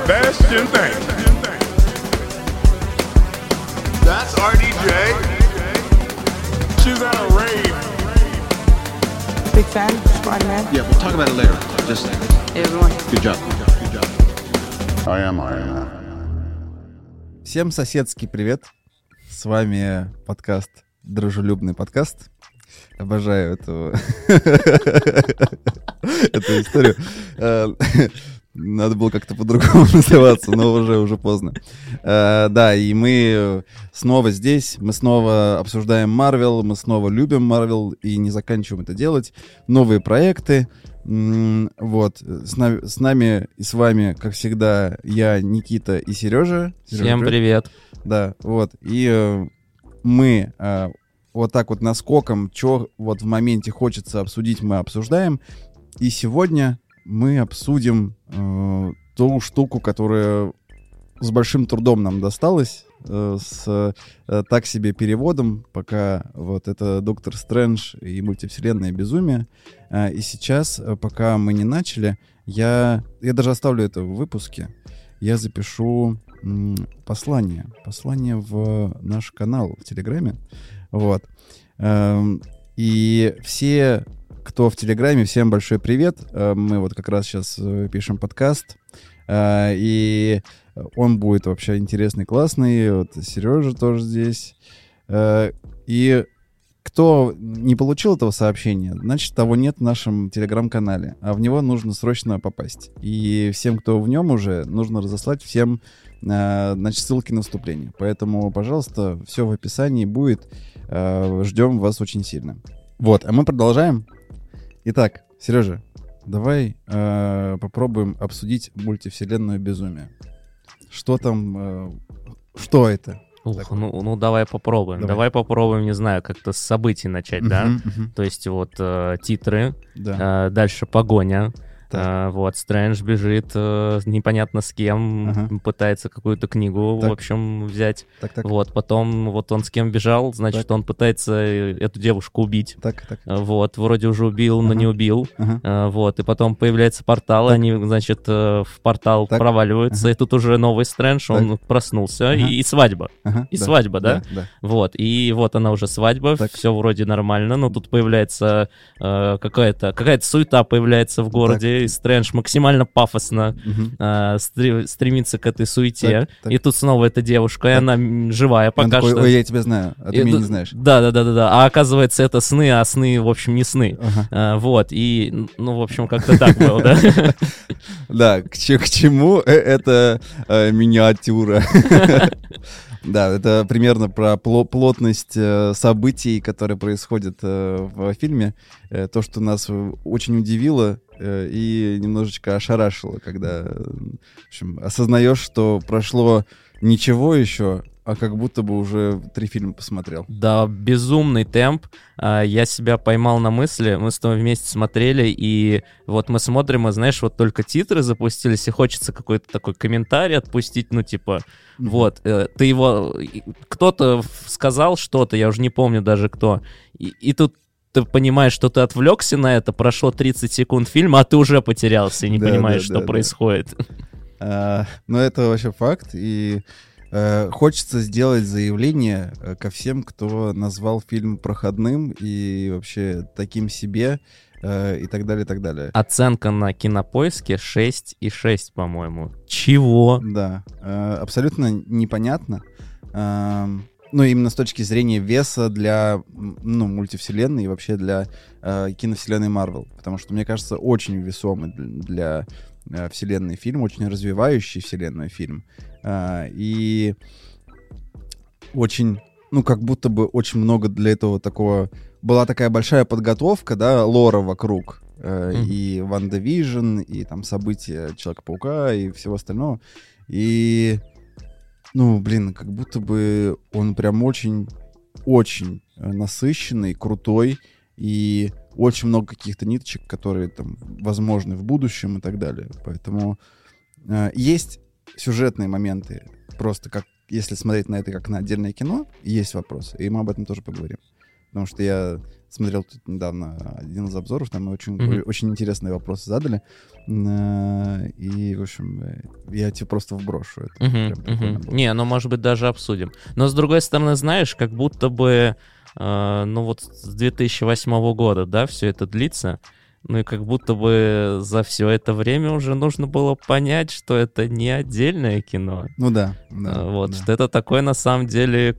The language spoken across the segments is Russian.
Sebastian Thank. That's RDJ. She's at a rave. Big fan, Spider-Man. Yeah, we'll talk about it later. Just Hey, everyone. good job. I am. Всем соседский привет. С вами подкаст «Дружелюбный подкаст». Обожаю эту историю. Надо было как-то по-другому называться, но уже поздно. Да, и мы снова здесь, мы снова обсуждаем Марвел, мы снова любим Марвел и не заканчиваем это делать. Новые проекты. Вот, с нами и с вами, как всегда, я, Никита и Сережа. Всем привет. Да, вот, и мы вот так вот наскоком, что вот в моменте хочется обсудить, мы обсуждаем. И сегодня мы обсудим ту штуку, которая с большим трудом нам досталась, с так себе переводом, пока вот это «Доктор Стрэндж» и «Мультивселенная безумие». И сейчас, пока мы не начали, я даже оставлю это в выпуске, я запишу послание в наш канал в Телеграме. Вот. И все, кто в Телеграме, всем большой привет. Мы вот как раз сейчас пишем подкаст, и он будет вообще интересный, классный. Вот Сережа тоже здесь. И кто не получил этого сообщения, значит, того нет в нашем Телеграм-канале, а в него нужно срочно попасть. И всем, кто в нем уже, нужно разослать всем, значит, ссылки на вступление. Поэтому, пожалуйста, все в описании будет. Ждем вас очень сильно. Вот, а мы продолжаем. Итак, Сережа, давай попробуем обсудить мультивселенную безумие. Что там, что это? Ну давай попробуем. Давай попробуем, не знаю, как-то с событий начать, да? То есть вот титры, Да. дальше погоня. Так. Вот, Стрэндж бежит непонятно с кем, пытается какую-то книгу, Так. в общем, взять. Так. Вот, потом вот он с кем бежал, значит, Так. он пытается эту девушку убить. Так. Вот, вроде уже убил, но Ага. не убил. Ага. Вот, и потом появляется портал, Так. они, значит, в портал Так. проваливаются, и тут уже новый Стрэндж, он проснулся, Ага. и свадьба. Ага. И свадьба, да? Да. Вот, и вот она уже свадьба, Так. все вроде нормально, но тут появляется какая-то суета появляется в городе, и Стрэндж максимально пафосно Мгм. стремится к этой суете, Так. и тут снова эта девушка, и Так. она живая Он пока такой: что. ой, я тебя знаю, а ты меня не знаешь. Да, а оказывается это сны, а сны, в общем, не сны. Ага. Вот, и, ну, в общем, как-то так было, да? Да, к чему эта миниатюра? Да, это примерно про плотность событий, которые происходят в фильме. То, что нас очень удивило и немножечко ошарашило, когда, в общем, осознаешь, что прошло ничего еще, а как будто бы уже 3 фильма посмотрел. Да, безумный темп. Я себя поймал на мысли, мы с тобой вместе смотрели, и вот мы смотрим, и знаешь, вот только титры запустились, и хочется какой-то такой комментарий отпустить, ну типа, вот, ты его, кто-то сказал что-то, я уже не помню даже кто, и тут ты понимаешь, что ты отвлекся на это, прошло 30 секунд фильма, а ты уже потерялся и не Да, понимаешь, да, что да, да. происходит. Но это вообще факт, и хочется сделать заявление ко всем, кто назвал фильм проходным и вообще таким себе, и так далее, и так далее. Оценка на Кинопоиске 6,6, по-моему. Чего? Да, абсолютно непонятно. Ну, именно с точки зрения веса для, мультивселенной и вообще для киновселенной Марвел. Потому что, мне кажется, очень весомый для вселенной фильм, очень развивающий вселенную фильм. И очень, как будто бы очень много для этого такого... Была такая большая подготовка, да, лора вокруг. И Ванда Вижн, и там события Человека-паука, и всего остального. И... как будто бы он прям очень насыщенный, крутой, и очень много каких-то ниточек, которые там возможны в будущем и так далее. Поэтому есть сюжетные моменты, просто как если смотреть на это как на отдельное кино, есть вопросы, и мы об этом тоже поговорим. потому что я смотрел тут недавно один из обзоров, там очень, очень интересные вопросы задали. И, в общем, я тебе просто вброшу. Это прям прикольно было. Не, ну, может быть, даже обсудим. Но, с другой стороны, знаешь, как будто бы, ну, вот с 2008 года, да, все это длится, ну, и как будто бы за все это время уже нужно было понять, что это не отдельное кино. Ну да. Вот, что это такой, на самом деле,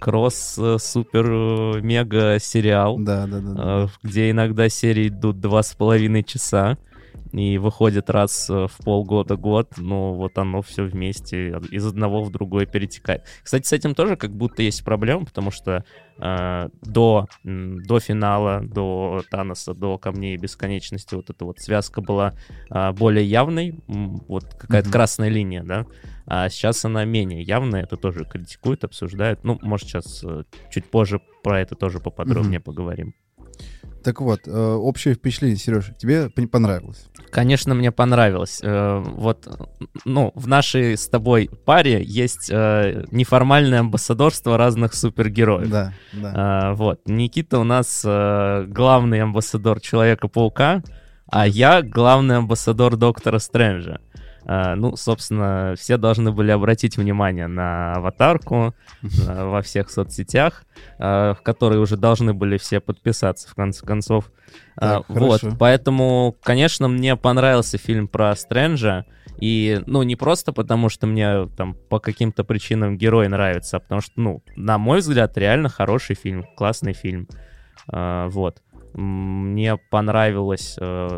кросс-супер-мега-сериал, где иногда серии идут 2,5 часа, и выходит раз в полгода-год, но вот оно все вместе из одного в другое перетекает. Кстати, с этим тоже как будто есть проблема, потому что до финала, до Таноса, до Камней Бесконечности вот эта вот связка была более явной, вот какая-то красная линия, да, а сейчас она менее явная, это тоже критикуют, обсуждают. Ну, может, сейчас чуть позже про это тоже поподробнее поговорим. Так вот, общее впечатление, Сережа, тебе понравилось? Конечно, мне понравилось. Вот, ну, в нашей с тобой паре есть неформальное амбассадорство разных супергероев. Да. Вот, Никита у нас главный амбассадор Человека-паука, а я главный амбассадор Доктора Стрэнджа. Ну, собственно, все должны были обратить внимание на аватарку во всех соцсетях, в которые уже должны были все подписаться, в конце концов. Вот, поэтому, конечно, мне понравился фильм про Стрэнджа. И, ну, не просто потому, что мне там по каким-то причинам герой нравится, а потому что, ну, на мой взгляд, реально хороший фильм, классный фильм. Вот. Мне понравилось...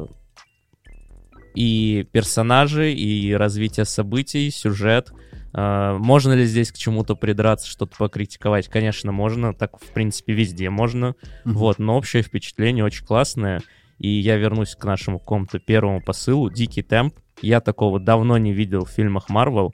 и персонажи, и развитие событий, сюжет. Можно ли здесь к чему-то придраться, что-то покритиковать? Конечно, можно. Так, в принципе, везде можно. Вот, но общее впечатление очень классное. И я вернусь к нашему какому-то первому посылу. Дикий темп. Я такого давно не видел в фильмах Marvel.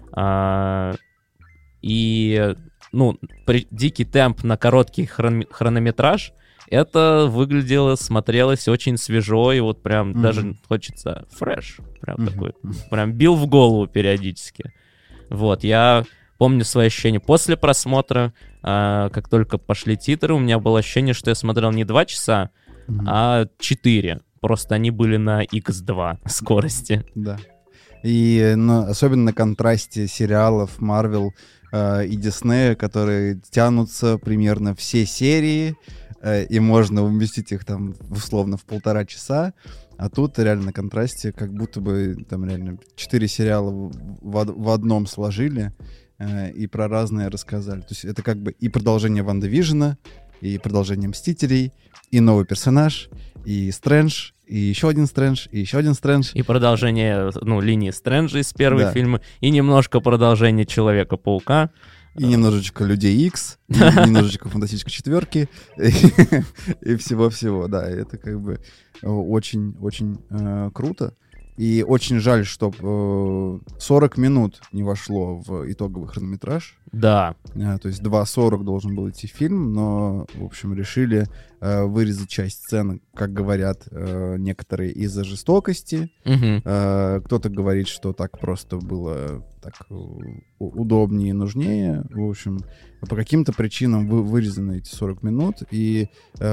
И, ну, дикий темп на короткий хронометраж — это выглядело, смотрелось очень свежо, и вот прям даже хочется фреш, прям такой, прям бил в голову периодически. Вот, я помню свои ощущения после просмотра, как только пошли титры, у меня было ощущение, что я смотрел не 2 часа, а 4. Просто они были на X2 скорости. Да. И особенно на контрасте сериалов Marvel и Disney, которые тянутся примерно все серии, и можно уместить их там условно в 1,5 часа, а тут реально на контрасте как будто бы там реально 4 сериала в одном сложили и про разные рассказали. То есть это как бы и продолжение Ванда Вижена, и продолжение Мстителей, и новый персонаж, и Стрэндж, и еще один Стрэндж, и еще один Стрэндж. И продолжение, ну, линии Стрэнджа из первого фильма, и немножко продолжение Человека-паука. И немножечко Людей Икс, и немножечко Фантастической четверки, и всего-всего, да. Это как бы очень-очень круто. И очень жаль, что 40 минут не вошло в итоговый хронометраж. Да. То есть 2:40 должен был идти фильм, но, в общем, решили вырезать часть сцен, как говорят некоторые, из-за жестокости. Кто-то говорит, что так просто было так удобнее и нужнее. В общем, по каким-то причинам вырезаны эти 40 минут, и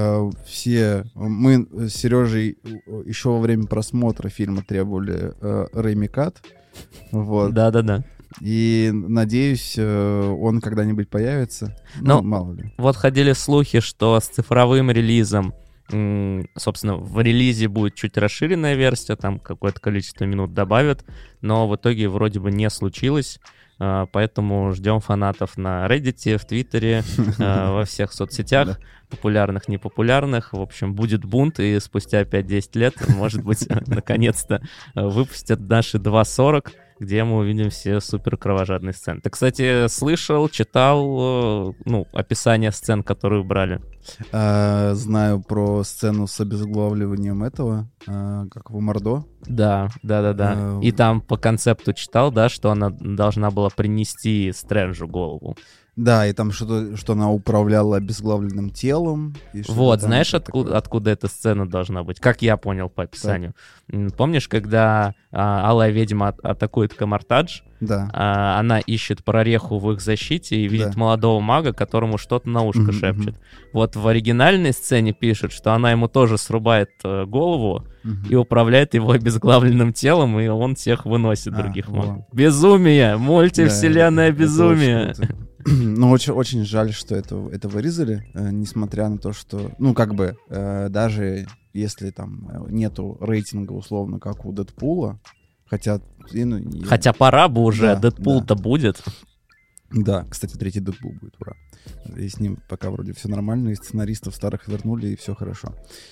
мы с Сережей еще во время просмотра фильма требовали ремикат. Вот. Да. И надеюсь, он когда-нибудь появится. Ну, мало ли. Вот ходили слухи, что с цифровым релизом, собственно, в релизе будет чуть расширенная версия, там какое-то количество минут добавят, но в итоге вроде бы не случилось. Поэтому ждем фанатов на Reddit, в Твиттере, во всех соцсетях, популярных, непопулярных. В общем, будет бунт, и спустя 5-10 лет, может быть, наконец-то выпустят наши 2:40, где мы увидим все супер кровожадные сцены. Ты, кстати, слышал, читал, описание сцен, которые убрали? Знаю про сцену с обезглавливанием этого, как его Мордо. Да. И там по концепту читал, да, что она должна была принести Стрэнджу голову. Да, и там что-то, что она управляла обезглавленным телом. И что-то Вот, там знаешь, такое. откуда эта сцена должна быть? Как я понял по описанию. Помнишь, когда Алая Ведьма атакует Камар-Тадж, Да. она ищет прореху в их защите и видит Да. молодого мага, которому что-то на ушко Мгм, шепчет. мгм. Вот в оригинальной сцене пишет, что она ему тоже срубает голову Мгм. и управляет его обезглавленным телом, и он всех выносит, А, других вот. магов. Безумие! Мультивселенная Да, это безумие! очень круто. Ну, очень жаль, что это вырезали, несмотря на то, что, ну, как бы, даже если там нету рейтинга, условно, как у Дэдпула, хотя... Хотя пора бы уже, Да, Дэдпул-то будет. Да, кстати, 3-й Дэдпул будет, ура. И с ним пока вроде все нормально, и сценаристов старых вернули, и все хорошо.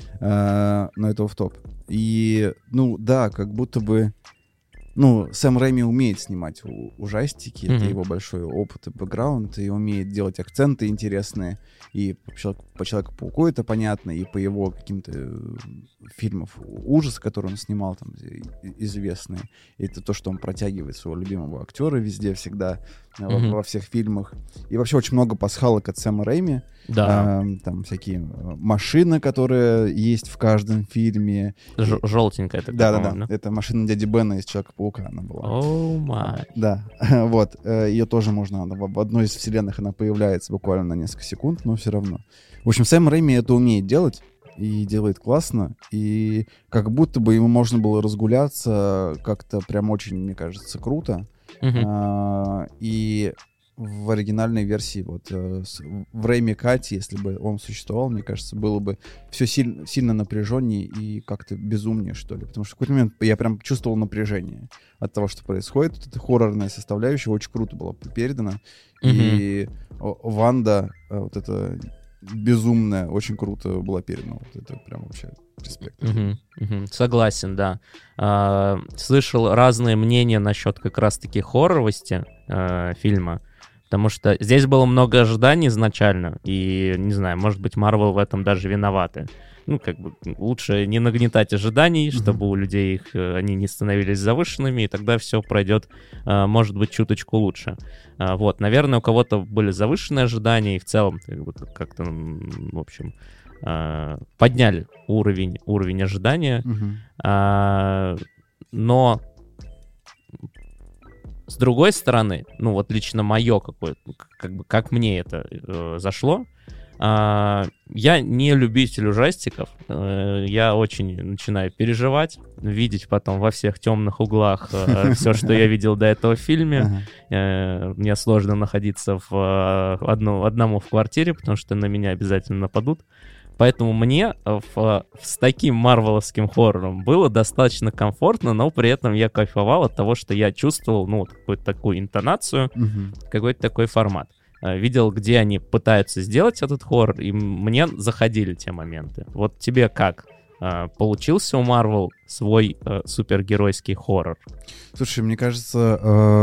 Но это офф-топ. И, ну, да, как будто бы... Ну, Сэм Рэйми умеет снимать ужастики, это Мгм. его большой опыт и бэкграунд, и умеет делать акценты интересные, и по Человеку-пауку это понятно, и по его каким-то фильмам ужаса, которые он снимал, там, известные. И это то, что он протягивает своего любимого актера везде, всегда, Мгм. во всех фильмах. И вообще очень много пасхалок от Сэма Рэйми. Да. Там всякие машины, которые есть в каждом фильме. Желтенькая такая, Да-да-да, по-моему, да? это машина дяди Бена из Человека-паука она была. О май. Да, вот. Ее тоже можно... В одной из вселенных она появляется буквально на несколько секунд, но все равно. В общем, Сэм Рэйми это умеет делать. И делает классно. И как будто бы ему можно было разгуляться как-то прям очень, мне кажется, круто. Мгм. И в оригинальной версии, вот в Рэйми Кати, если бы он существовал, мне кажется, было бы все сильно напряженнее и как-то безумнее, что ли. Потому что в какой-то момент я прям чувствовал напряжение от того, что происходит. Вот эта хоррорная составляющая очень круто была передана. И Ванда, вот эта безумная, очень круто была передана. Вот это прям вообще респект. Мгм, мгм. Согласен, да. Слышал разные мнения насчет как раз-таки хорроровости фильма, потому что здесь было много ожиданий изначально, и, не знаю, может быть, Марвел в этом даже виноваты. Ну, как бы лучше не нагнетать ожиданий, чтобы у людей они не становились завышенными, и тогда все пройдет, может быть, чуточку лучше. Вот, наверное, у кого-то были завышенные ожидания, и в целом как-то, в общем, подняли уровень ожидания. Мгм. Но с другой стороны, ну вот лично мое какое-то, как мне это зашло, я не любитель ужастиков, я очень начинаю переживать, видеть потом во всех темных углах все, что я видел до этого в фильме. Ага. Мне сложно находиться одному в квартире, потому что на меня обязательно нападут. Поэтому мне с таким марвеловским хоррором было достаточно комфортно, но при этом я кайфовал от того, что я чувствовал, ну, вот какую-то такую интонацию, Мгм. какой-то такой формат. Видел, где они пытаются сделать этот хоррор, и мне заходили те моменты. Вот тебе как? Получился у Марвел свой супергеройский хоррор? Слушай, мне кажется,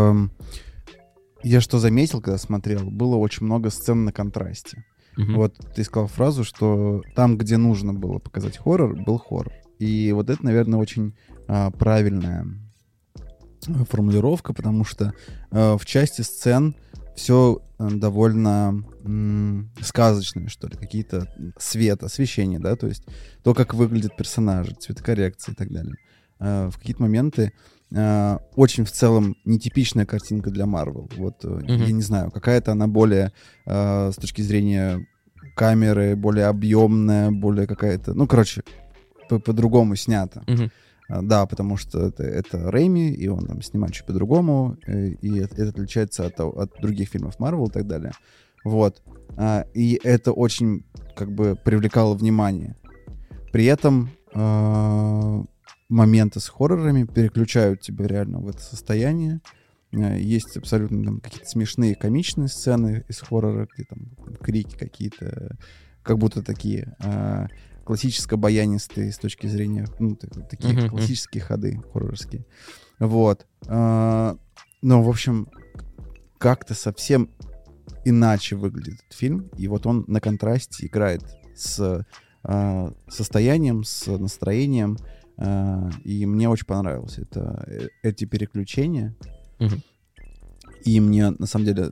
я что заметил, когда смотрел, было очень много сцен на контрасте. Мгм. Вот ты сказал фразу, что там, где нужно было показать хоррор, был хоррор. И вот это, наверное, очень правильная формулировка, потому что в части сцен все довольно сказочное, что ли, какие-то свет, освещение, да, то есть то, как выглядят персонажи, цветокоррекция и так далее. В какие-то моменты очень в целом нетипичная картинка для Marvel. Вот, я не знаю, какая-то она более с точки зрения камеры, более объемная, более какая-то, ну, короче, по-другому снята. Мгм. Да, потому что это Рэйми, и он там снимает чуть по-другому, и это отличается от других фильмов Marvel и так далее. Вот. И это очень, как бы, привлекало внимание. При этом моменты с хоррорами переключают тебя реально в это состояние. Есть абсолютно там какие-то смешные, комичные сцены из хоррора, где там крики какие-то, как будто такие классическо-баянистые с точки зрения, ну, такие классические ходы хоррорские. Вот. Но, в общем, как-то совсем иначе выглядит этот фильм, и вот он на контрасте играет с состоянием, с настроением, и мне очень понравилось эти переключения. Мгм. И мне, на самом деле,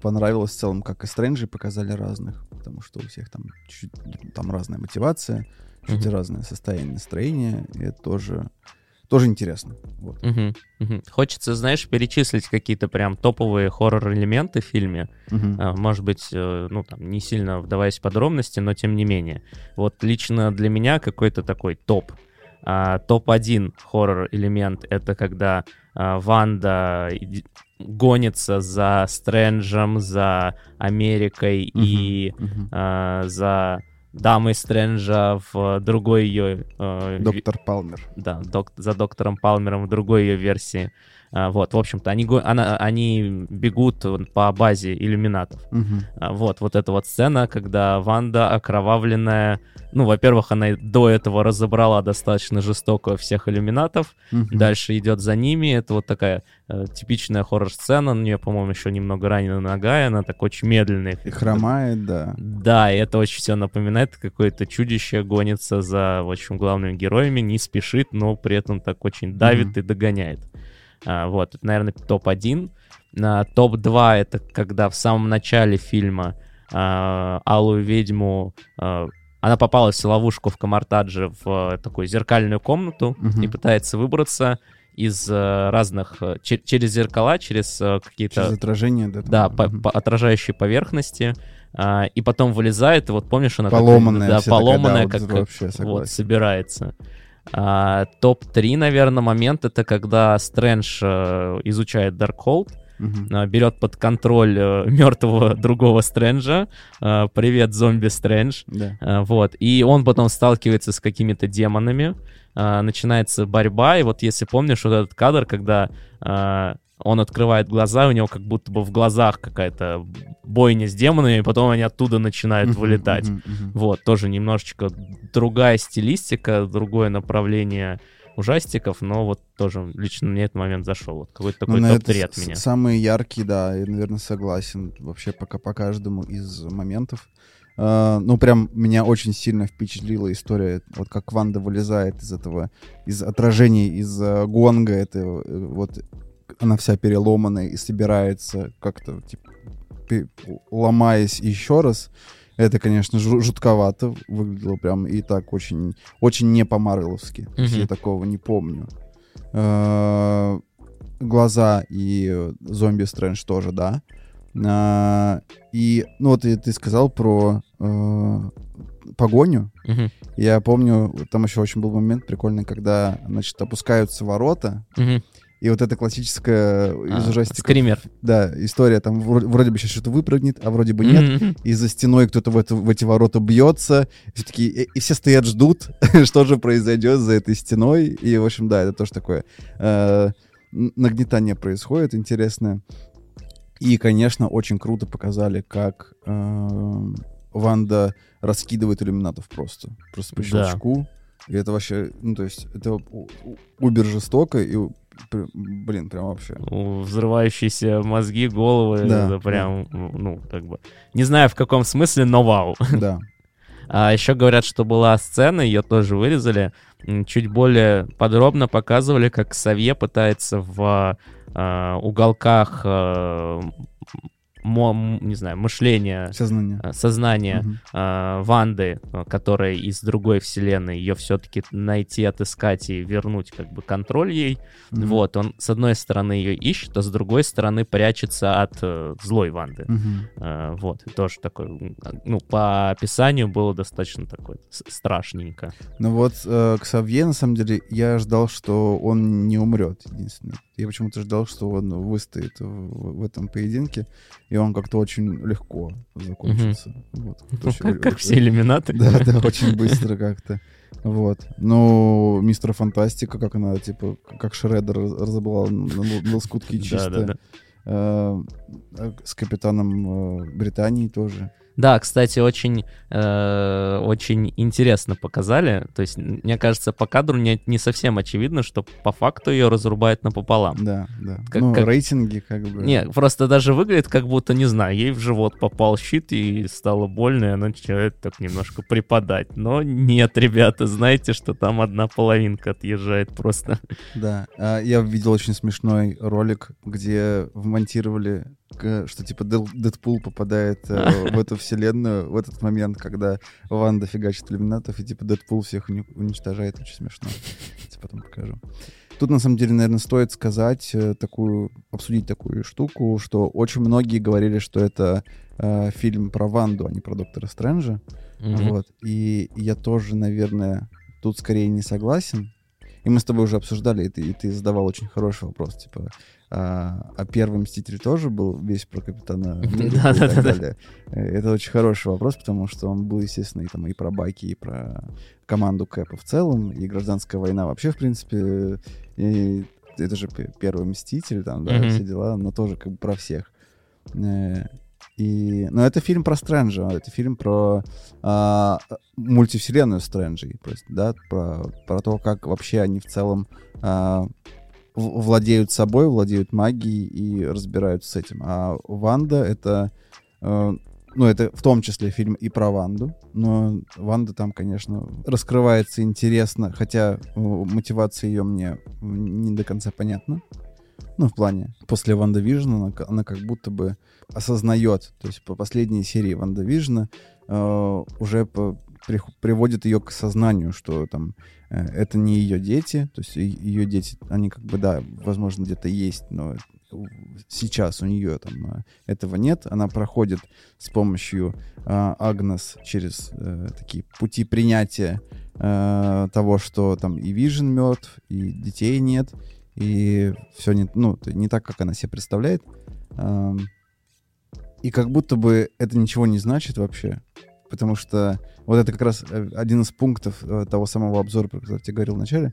понравилось в целом, как и Стрэнджи показали разных, потому что у всех там чуть там разная мотивация, чуть разное состояние настроения, и это тоже интересно. Вот. Хочется, знаешь, перечислить какие-то прям топовые хоррор-элементы в фильме. Может быть, ну, там, не сильно вдаваясь в подробности, но тем не менее. Вот лично для меня какой-то такой топ. Топ-1 хоррор-элемент — это когда Ванда гонится за Стрэнджем, за Америкой и за Дамой Стрэнджа в другой ее... Доктор Палмер. Да, за доктором Палмером в другой ее версии. Вот, в общем-то, они бегут по базе иллюминатов. Вот эта вот сцена, когда Ванда окровавленная... Ну, во-первых, она до этого разобрала достаточно жестоко всех иллюминатов. Дальше идет за ними. Это вот такая типичная хоррор-сцена. У нее, по-моему, еще немного ранена нога, и она так очень медленная. И хромает, да. Да, и это очень все напоминает. Какое-то чудище гонится за, в общем, главными героями, не спешит, но при этом так очень давит и догоняет. Вот, это, наверное, топ-1. Топ-2 — это когда в самом начале фильма Алую ведьму... Она попала в ловушку в Камар-Тадже в такую зеркальную комнату и пытается выбраться из разных... через зеркала, через какие-то... Через отражение, да? Да, отражающие поверхности. И потом вылезает, и вот помнишь, она поломанная, такая, поломанная, как вообще, вот, собирается. Топ-3, наверное, момент — это когда Стрэндж изучает Даркхолд, берет под контроль мертвого другого Стрэнджа. Привет, зомби Стрэндж. Вот. И он потом сталкивается с какими-то демонами. Начинается борьба. И вот если помнишь вот этот кадр, когда он открывает глаза, у него как будто бы в глазах какая-то бойня с демонами, и потом они оттуда начинают вылетать. Вот, тоже немножечко другая стилистика, другое направление ужастиков, но вот тоже лично мне этот момент зашел. Вот какой-то такой топ-3 от меня. Самые яркие, да, я, наверное, согласен вообще пока по каждому из моментов. Ну, прям меня очень сильно впечатлила история, вот как Ванда вылезает из отражений, из гонга, это вот она вся переломанная и собирается как-то, типа, ломаясь еще раз. Это, конечно, жутковато выглядело прям и так очень, очень не по-марвеловски. Я такого не помню. Глаза и зомби Стрэндж тоже, да. И, ну вот ты сказал про погоню. Я помню, там еще очень был момент прикольный, когда, значит, опускаются ворота. И вот эта классическая из ужастиков... Скример. Да, история, там вроде бы сейчас что-то выпрыгнет, а вроде бы нет. И за стеной кто-то в эти ворота бьется. И все стоят, ждут, что же произойдет за этой стеной. И, в общем, да, это тоже такое нагнетание происходит, интересное. И, конечно, очень круто показали, как Ванда раскидывает иллюминатов просто по щелчку. И это вообще, ну, то есть, это убер жестоко и... Блин, прям вообще. Взрывающиеся мозги, головы, да, это прям, ну, как бы... Не знаю, в каком смысле, но вау. Да. А еще говорят, что была сцена, ее тоже вырезали, чуть более подробно показывали, как Ксавье пытается в уголках... не знаю, мышления, сознания Ванды, которая из другой вселенной, ее все-таки найти, отыскать и вернуть как бы контроль ей. Вот, он с одной стороны ее ищет, а с другой стороны прячется от злой Ванды. Вот, и тоже такой, ну, по описанию было достаточно такое страшненько. Ну вот, Ксавье, на самом деле, я ждал, что он не умрет, единственное. Я почему-то ждал, что он выстоит в этом поединке, и он как-то очень легко закончится. Вот. Как все иллюминаты. Да, очень быстро как-то. Вот. Ну, Мистер Фантастика, как она, типа, как Шреддер разобрала на лоскутки чисто. С Капитаном Британии тоже. Да, кстати, очень интересно показали. То есть, мне кажется, по кадру не совсем очевидно, что по факту ее разрубают напополам. Да. Рейтинги как бы... Не, просто даже выглядит, как будто, не знаю, ей в живот попал щит и стало больно, и она начинает так немножко припадать. Но нет, ребята, знаете, что там одна половинка отъезжает просто. Да, я видел очень смешной ролик, где вмонтировали что типа Дэдпул попадает в эту вселенную в этот момент, когда Ванда фигачит иллюминатов, и типа Дэдпул всех уничтожает. Очень смешно. Я потом покажу. Тут, на самом деле, наверное, стоит сказать обсудить такую штуку, что очень многие говорили, что это фильм про Ванду, а не про Доктора Стрэнджа. Вот. И я тоже, наверное, тут скорее не согласен. И мы с тобой уже обсуждали, и ты задавал очень хороший вопрос, типа, а первый «Мститель» тоже был весь про Капитана Америку и так далее. Это очень хороший вопрос, потому что он был, естественно, и про Баки, и про команду Кэпа в целом, и гражданская война вообще, в принципе, и это же первый «Мститель», там, да, все дела, но тоже как бы про всех. Но это фильм про Стрэнджа, это фильм про мультивселенную Стрэнджей, да, про то, как вообще они в целом владеют собой, владеют магией и разбираются с этим. А Ванда — это в том числе фильм и про Ванду, но Ванда там, конечно, раскрывается интересно, хотя мотивация ее мне не до конца понятна. Ну, в плане, после Ванда Вижна она как будто бы осознает, то есть по последней серии Ванда Вижна уже приводит ее к сознанию, что там это не ее дети, то есть ее дети, они как бы, да, возможно, где-то есть, но сейчас у нее там этого нет. Она проходит с помощью Агнес через такие пути принятия того, что там и Вижн мертв, и детей нет, и все не так, как она себе представляет. И как будто бы это ничего не значит вообще. Потому что вот это как раз один из пунктов того самого обзора, про который я тебе говорил в начале.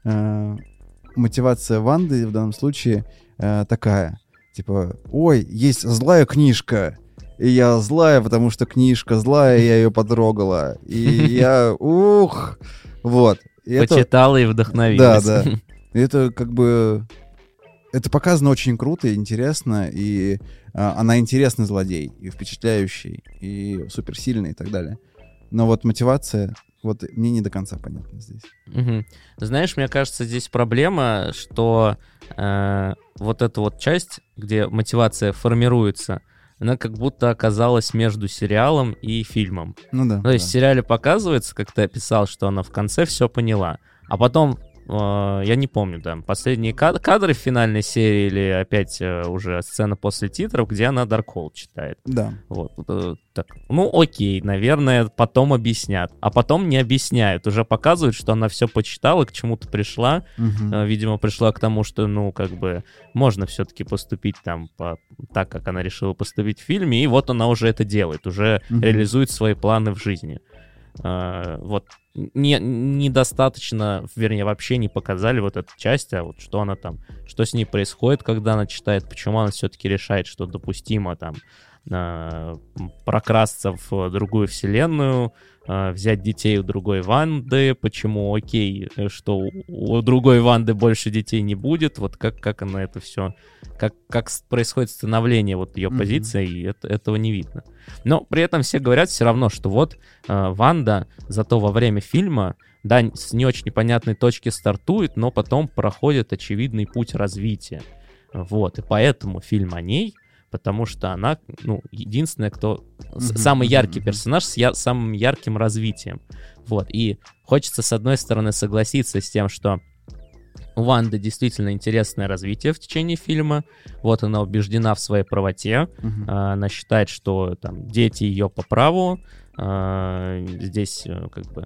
Мотивация Ванды в данном случае такая. Типа, ой, есть злая книжка. И я злая, потому что книжка злая, и я ее потрогала. И я, вот. Почитала и вдохновилась. Да. Это как бы... Это показано очень круто и интересно, и она интересный злодей, и впечатляющий, и суперсильный, и так далее. Но вот мотивация, вот мне не до конца понятна здесь. Знаешь, мне кажется, здесь проблема, что вот эта вот часть, где мотивация формируется, она как будто оказалась между сериалом и фильмом. Ну да. То есть в сериале показывается, как ты описал, что она в конце все поняла, а потом... Я не помню, да, последние кадры в финальной серии или опять уже сцена после титров, где она Даркхолд читает. Да. Вот, так. Ну, окей, наверное, потом объяснят. А потом не объясняют. Уже показывают, что она все почитала, к чему-то пришла. Видимо, пришла к тому, что, как бы, можно все-таки поступить там так, как она решила поступить в фильме. И вот она уже это делает, уже реализует свои планы в жизни. Вот недостаточно, вернее, вообще не показали вот эту часть, а вот что она там, что с ней происходит, когда она читает, почему она все-таки решает, что допустимо там прокрасться в другую вселенную, взять детей у другой Ванды, почему окей, что у другой Ванды больше детей не будет, вот как она это все, как происходит становление вот ее позиции, и этого не видно. Но при этом все говорят все равно, что вот Ванда зато во время фильма, да, с не очень непонятной точки стартует, но потом проходит очевидный путь развития. Вот, и поэтому фильм о ней, потому что она, единственная, кто... Самый яркий персонаж с самым ярким развитием. Вот, и хочется, с одной стороны, согласиться с тем, что у Ванды действительно интересное развитие в течение фильма. Вот она убеждена в своей правоте. Она считает, что там дети ее по праву. Здесь как бы...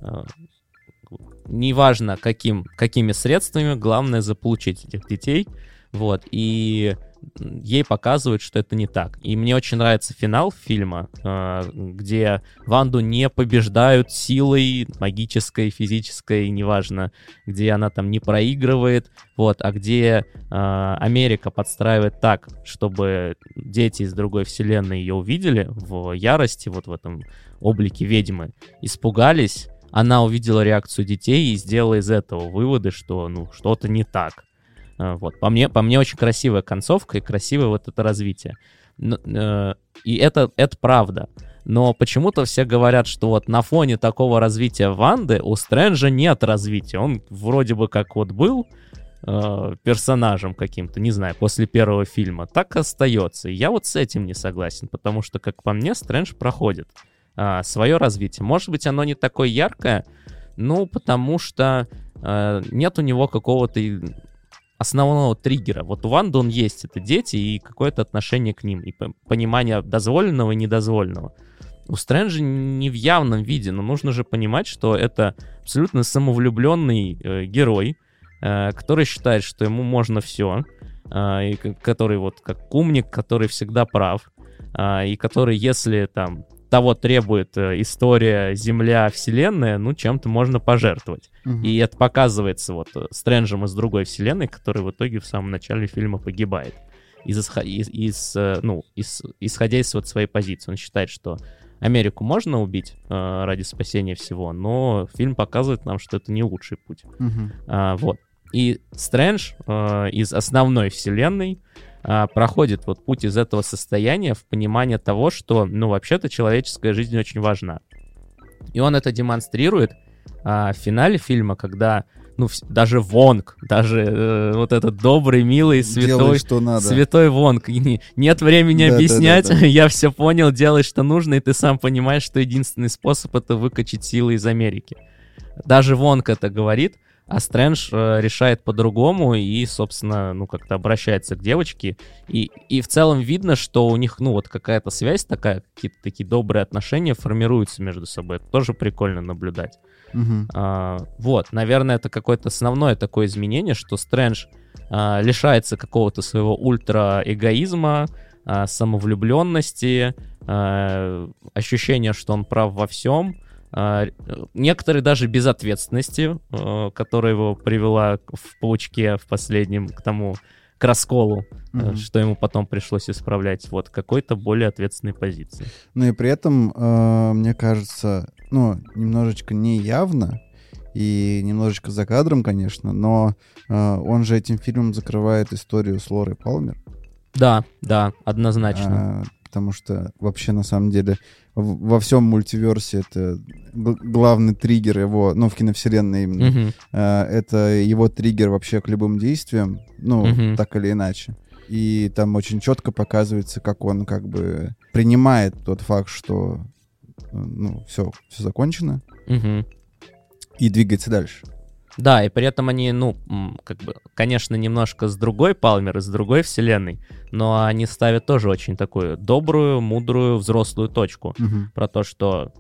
неважно, какими средствами, главное заполучить этих детей. Вот, и ей показывают, что это не так. И мне очень нравится финал фильма, где Ванду не побеждают силой магической, физической, неважно, где она там не проигрывает, вот, а где Америка подстраивает так, чтобы дети из другой вселенной ее увидели в ярости, вот в этом облике ведьмы, испугались, она увидела реакцию детей и сделала из этого выводы, что, что-то не так. Вот. По мне очень красивая концовка и красивое вот это развитие. И это правда. Но почему-то все говорят, что вот на фоне такого развития Ванды у Стрэнджа нет развития. Он вроде бы как вот был, персонажем каким-то, не знаю, после первого фильма, так и остается. И я вот с этим не согласен, потому что, как по мне, Стрэндж проходит свое развитие. Может быть, оно не такое яркое, ну, потому что нет у него какого-то основного триггера. Вот у Ванды он есть, это дети и какое-то отношение к ним, и понимание дозволенного и недозволенного. У Стрэнджа не в явном виде, но нужно же понимать, что это абсолютно самовлюбленный герой, который считает, что ему можно все, и который вот как умник, который всегда прав, и который, если там того требует история, Земля, Вселенная, ну, чем-то можно пожертвовать. И это показывается вот Стрэнджем из другой вселенной, который в итоге в самом начале фильма погибает. Исходя из вот своей позиции. Он считает, что Америку можно убить ради спасения всего, но фильм показывает нам, что это не лучший путь. Вот. И Стрэндж из основной вселенной проходит вот путь из этого состояния в понимание того, что, ну, вообще-то человеческая жизнь очень важна. И он это демонстрирует в финале фильма, когда, ну, даже Вонг, даже вот этот добрый, милый, Делай, что надо. святой Вонг, нет времени объяснять, да. Я все понял, делай, что нужно, и ты сам понимаешь, что единственный способ — это выкачать силы из Америки. Даже Вонг это говорит, а Стрэндж решает по-другому и, собственно, ну, как-то обращается к девочке. И в целом видно, что у них, ну, вот какая-то связь такая, какие-то такие добрые отношения формируются между собой. Это тоже прикольно наблюдать. Вот, наверное, это какое-то основное такое изменение, что Стрэндж лишается какого-то своего ультра-эгоизма, самовлюбленности, ощущения, что он прав во всем. Некоторые даже безответственности, которая его привела в «Паучке» в последнем к расколу, что ему потом пришлось исправлять, вот, какой-то более ответственной позиции. Ну и при этом, мне кажется, ну, немножечко неявно и немножечко за кадром, конечно, но он же этим фильмом закрывает историю с Лорой Палмер. Да, однозначно. Потому что вообще, на самом деле, во всем мультиверсе это главный триггер его, ну, в киновселенной именно, это его триггер вообще к любым действиям, ну, так или иначе. И там очень четко показывается, как он как бы принимает тот факт, что, ну, все закончено, и двигается дальше. Да, и при этом они, ну, как бы, конечно, немножко с другой Палмер, с другой вселенной, но они ставят тоже очень такую добрую, мудрую, взрослую точку про то, что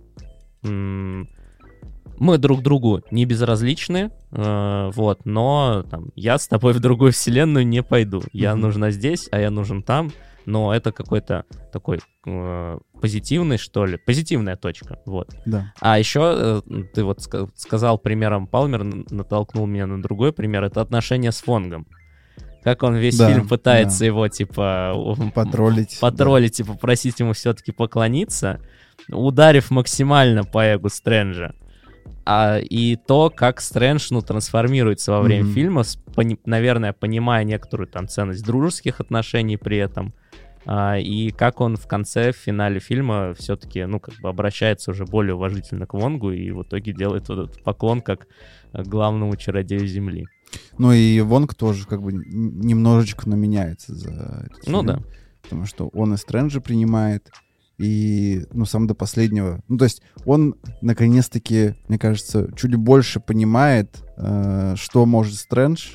мы друг другу не безразличны, вот, но там, я с тобой в другую вселенную не пойду. Я нужна здесь, а я нужен там. Но это какой-то такой позитивный, что ли, позитивная точка, вот. Да. А еще ты вот сказал примером Палмер, натолкнул меня на другой пример, это отношения с Вонгом. Как он весь фильм пытается его, типа, потроллить и попросить ему все-таки поклониться, ударив максимально по эго Стрэнджа. И то, как Стрэндж, ну, трансформируется во время фильма, наверное, понимая некоторую там ценность дружеских отношений при этом, и как он в конце, в финале фильма все-таки, ну, как бы обращается уже более уважительно к Вонгу и в итоге делает вот этот поклон как главному чародею Земли. Ну и Вонг тоже как бы немножечко меняется за этот фильм. Ну да. Потому что он и Стрэнджа принимает, и, ну, сам до последнего. Ну, то есть он, наконец-таки, мне кажется, чуть больше понимает, что может Стрэндж,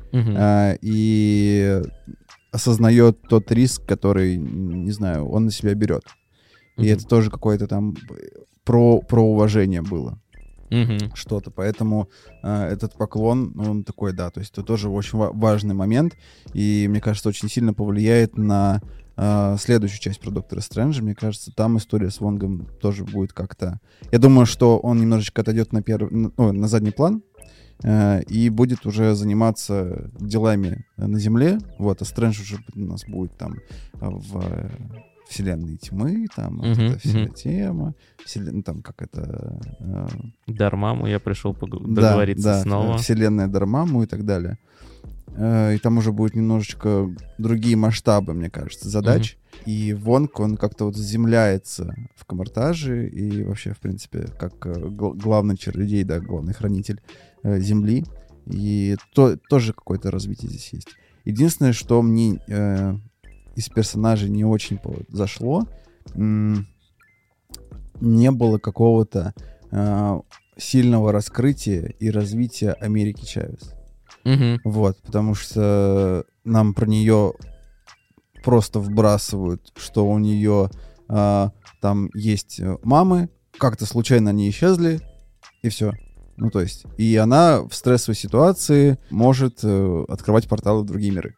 и осознает тот риск, который, не знаю, он на себя берет. И это тоже какое-то там про уважение было. Что-то. Поэтому этот поклон, он такой, да, то есть это тоже очень важный момент, и, мне кажется, очень сильно повлияет на следующую часть про Доктора Стрэнджа. Мне кажется, там история с Вонгом тоже будет как-то... Я думаю, что он немножечко отойдет на задний план и будет уже заниматься делами на Земле. Вот, а Стрэндж уже у нас будет там в вселенной тьмы, там вот эта вся тема, там как это... Дармаму я пришел договориться снова. Вселенная Дармаму и так далее. И там уже будут немножечко другие масштабы, мне кажется, задач. И Вонг, он как-то вот заземляется в Камартаже и вообще, в принципе, как главный чародей, да, главный хранитель Земли. И тоже какое-то развитие здесь есть. Единственное, что мне из персонажей не очень зашло, не было какого-то сильного раскрытия и развития Америки Чавес. Вот, потому что нам про нее просто вбрасывают, что у нее там есть мамы, как-то случайно они исчезли, и все. Ну, то есть, и она в стрессовой ситуации может открывать порталы в другие миры.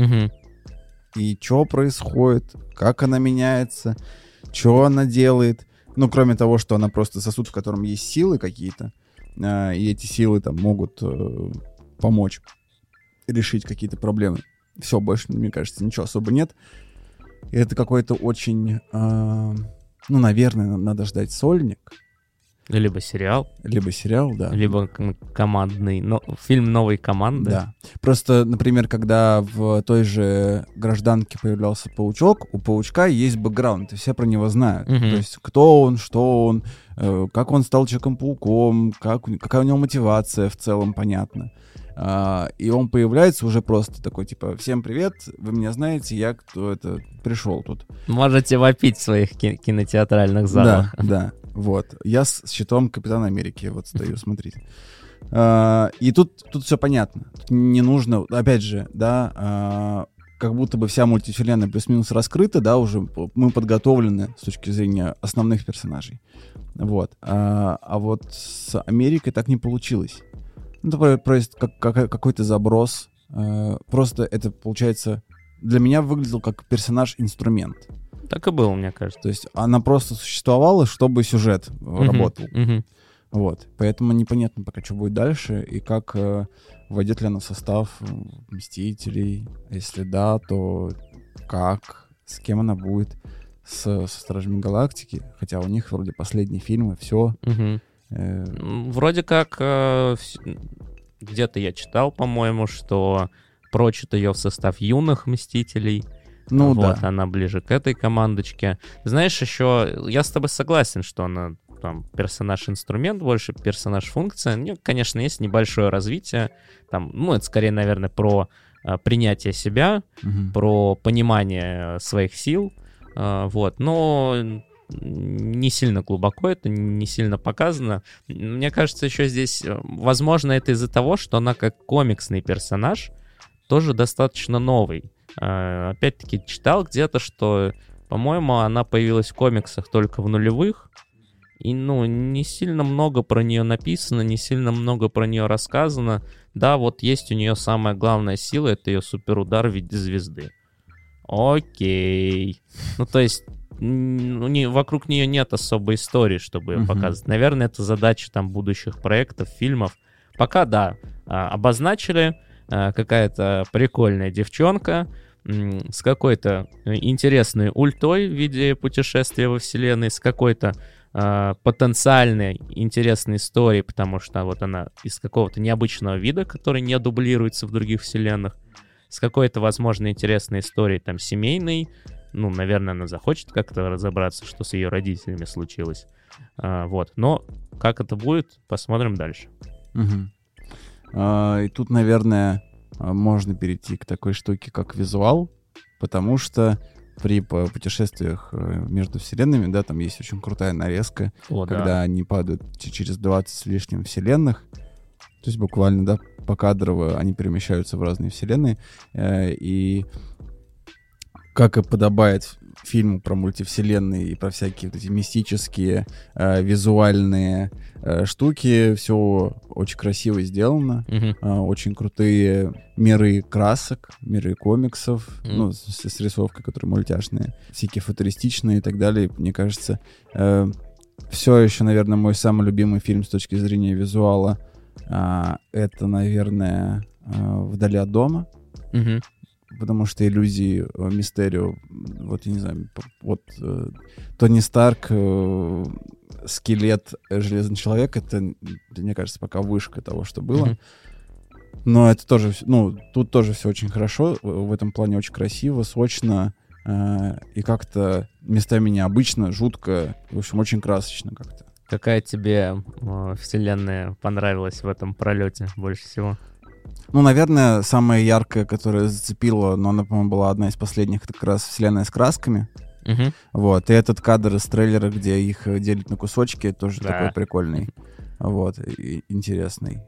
И что происходит, как она меняется, что она делает. Ну, кроме того, что она просто сосуд, в котором есть силы какие-то, и эти силы там могут помочь решить какие-то проблемы. Все, больше, мне кажется, ничего особо нет. И это какой-то очень... ну, наверное, надо ждать сольник. Либо сериал. Либо сериал, да. Либо командный. Фильм «Новой команды». Да. Просто, например, когда в той же «Гражданке» появлялся Паучок, у Паучка есть бэкграунд, и все про него знают. То есть кто он, что он, как он стал Человеком-пауком, какая у него мотивация в целом, понятно. И он появляется уже просто такой, типа, всем привет, вы меня знаете, я кто это пришел тут. Можете вопить в своих кинотеатральных залах. Да, вот. Я с щитом Капитана Америки вот стою, смотрите. И тут все понятно. Тут не нужно, опять же, да, как будто бы вся мультивселенная плюс-минус раскрыта, да, уже мы подготовлены с точки зрения основных персонажей. Вот. А вот с Америкой так не получилось. Ну, это просто какой-то заброс. Просто это, получается, для меня выглядел как персонаж-инструмент. Так и было, мне кажется. То есть она просто существовала, чтобы сюжет работал. Вот. Поэтому непонятно пока, что будет дальше, и как войдет ли она в состав Мстителей. Если да, то как, с кем она будет, со Стражами Галактики. Хотя у них вроде последние фильмы, все. Вроде как где-то я читал, по-моему, что прочат ее в состав юных Мстителей. Ну вот, да. Она ближе к этой командочке. Знаешь, еще я с тобой согласен, что она там персонаж-инструмент, больше персонаж-функция. У нее, конечно, есть небольшое развитие. Там, ну, это скорее, наверное, про принятие себя, про понимание своих сил. Вот, но не сильно глубоко это, не сильно показано. Мне кажется, еще здесь, возможно, это из-за того, что она как комиксный персонаж тоже достаточно новый. Опять-таки, читал где-то, что, по-моему, она появилась в комиксах только в нулевых, и, ну, не сильно много про нее написано, не сильно много про нее рассказано. Да, вот есть у нее самая главная сила, это ее суперудар в виде звезды. Окей. Ну, то есть вокруг нее нет особой истории, чтобы ее показывать. Наверное, это задача там будущих проектов, фильмов. Пока, да, обозначили, какая-то прикольная девчонка с какой-то интересной ультой в виде путешествия во вселенной, с какой-то потенциальной интересной историей, потому что вот она из какого-то необычного вида, который не дублируется в других вселенных, с какой-то, возможно, интересной историей там семейной. Ну, наверное, она захочет как-то разобраться, что с ее родителями случилось. Вот. Но как это будет, посмотрим дальше. И тут, наверное, можно перейти к такой штуке, как визуал, потому что при путешествиях между вселенными, да, там есть очень крутая нарезка, когда они падают через 20 с лишним вселенных. То есть буквально, да, покадрово они перемещаются в разные вселенные. И как и подобает фильму про мультивселенные и про всякие вот эти мистические визуальные штуки, все очень красиво сделано. Очень крутые миры красок, миры комиксов, ну, с рисовкой, которые мультяшные, всякие футуристичные и так далее. Мне кажется, все еще, наверное, мой самый любимый фильм с точки зрения визуала это, наверное, «Вдали от дома». Потому что иллюзии Мистерио, вот, я не знаю, вот Тони Старк, скелет, Железный человек, это, мне кажется, пока вышка того, что было. Но это тоже, ну, тут тоже все очень хорошо, в этом плане очень красиво, сочно и как-то местами необычно, жутко, в общем, очень красочно как-то. Какая тебе вселенная понравилась в этом пролете больше всего? Ну, наверное, самая яркая, которая зацепила, но она, по-моему, была одна из последних, это как раз «Вселенная с красками». Мгм. Вот, и этот кадр из трейлера, где их делят на кусочки, тоже Да. такой прикольный. Вот, и интересный.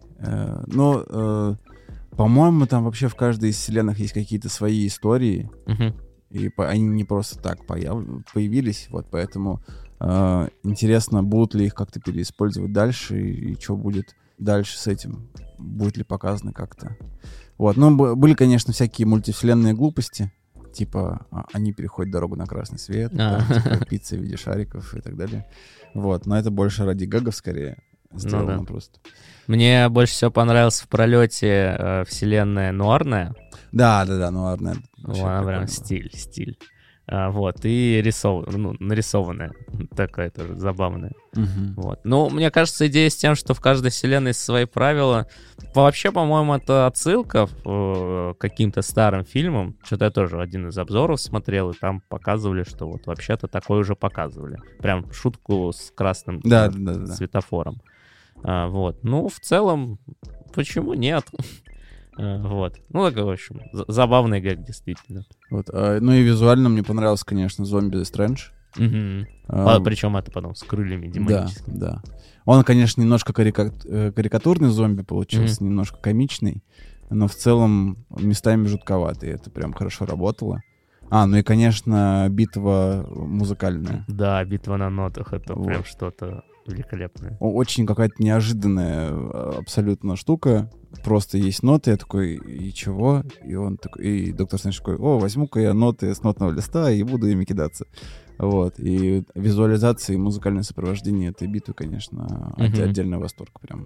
По-моему, там вообще в каждой из вселенных есть какие-то свои истории, Мгм. и они не просто так появились, вот, поэтому интересно, будут ли их как-то переиспользовать дальше, и что будет дальше с этим, будет ли показано как-то. Вот, ну, были, конечно, всякие мультивселенные глупости, типа они переходят дорогу на красный свет, А. там, типа, пицца в виде шариков и так далее. Вот, но это больше ради гэгов скорее сделано да. просто. Мне больше всего понравился в пролете вселенная нуарная. Да, нуарная. Она прям стиль. Вот, и нарисованная. Такая тоже забавная. Вот. Ну, мне кажется, идея с тем, что в каждой вселенной свои правила. Вообще, по-моему, это отсылка к каким-то старым фильмам. Что-то я тоже один из обзоров смотрел, и там показывали, что вот вообще-то такое уже показывали. Прям шутку с красным Да. светофором. Вот. Ну, в целом, почему нет? Вот. Ну, такой, в общем, забавный гэг, действительно. Вот. Ну и визуально мне понравился, конечно, зомби The Strange. Причем это потом с крыльями демоническими. Да. Он, конечно, немножко карикатурный зомби получился, немножко комичный, но в целом местами жутковатый. Это прям хорошо работало. Ну и, конечно, битва музыкальная. Да, битва на нотах — это прям что-то великолепное. Очень какая-то неожиданная абсолютно штука. Просто есть ноты, я такой, и чего? И он такой, и доктор Стрэндж такой, возьму-ка я ноты с нотного листа и буду ими кидаться. Вот. И визуализация и музыкальное сопровождение этой битвы, конечно, отдельный восторг прям.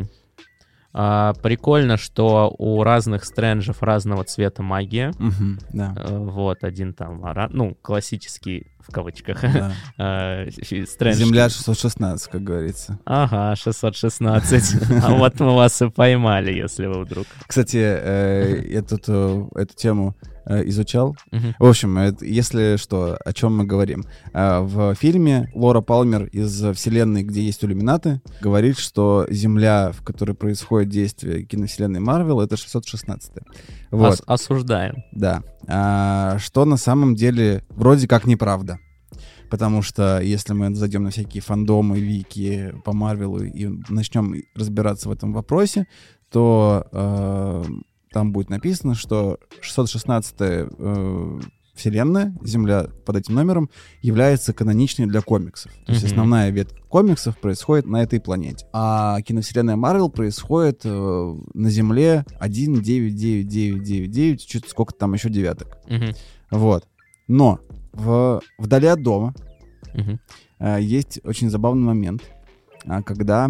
Прикольно, что у разных Стрэнджев разного цвета магия. Да. Вот, один там, классический, в кавычках, Стрэндж. Земля 616, как говорится. Ага, 616. А вот мы вас и поймали, если вы вдруг. Кстати, я тут эту тему изучал. В общем, если что, о чем мы говорим. В фильме Лора Палмер из вселенной, где есть иллюминаты, говорит, что Земля, в которой происходит действие киновселенной Марвел, это 616. Вот. Осуждаем. Да. Что на самом деле вроде как неправда. Потому что если мы зайдем на всякие фандомы, вики по Марвелу и начнем разбираться в этом вопросе, то там будет написано, что 616-я вселенная, Земля под этим номером, является каноничной для комиксов. То есть основная ветка комиксов происходит на этой планете. А киновселенная Марвел происходит на Земле 1,99999, что-то сколько там еще девяток. Вот. Но вдали от дома есть очень забавный момент, когда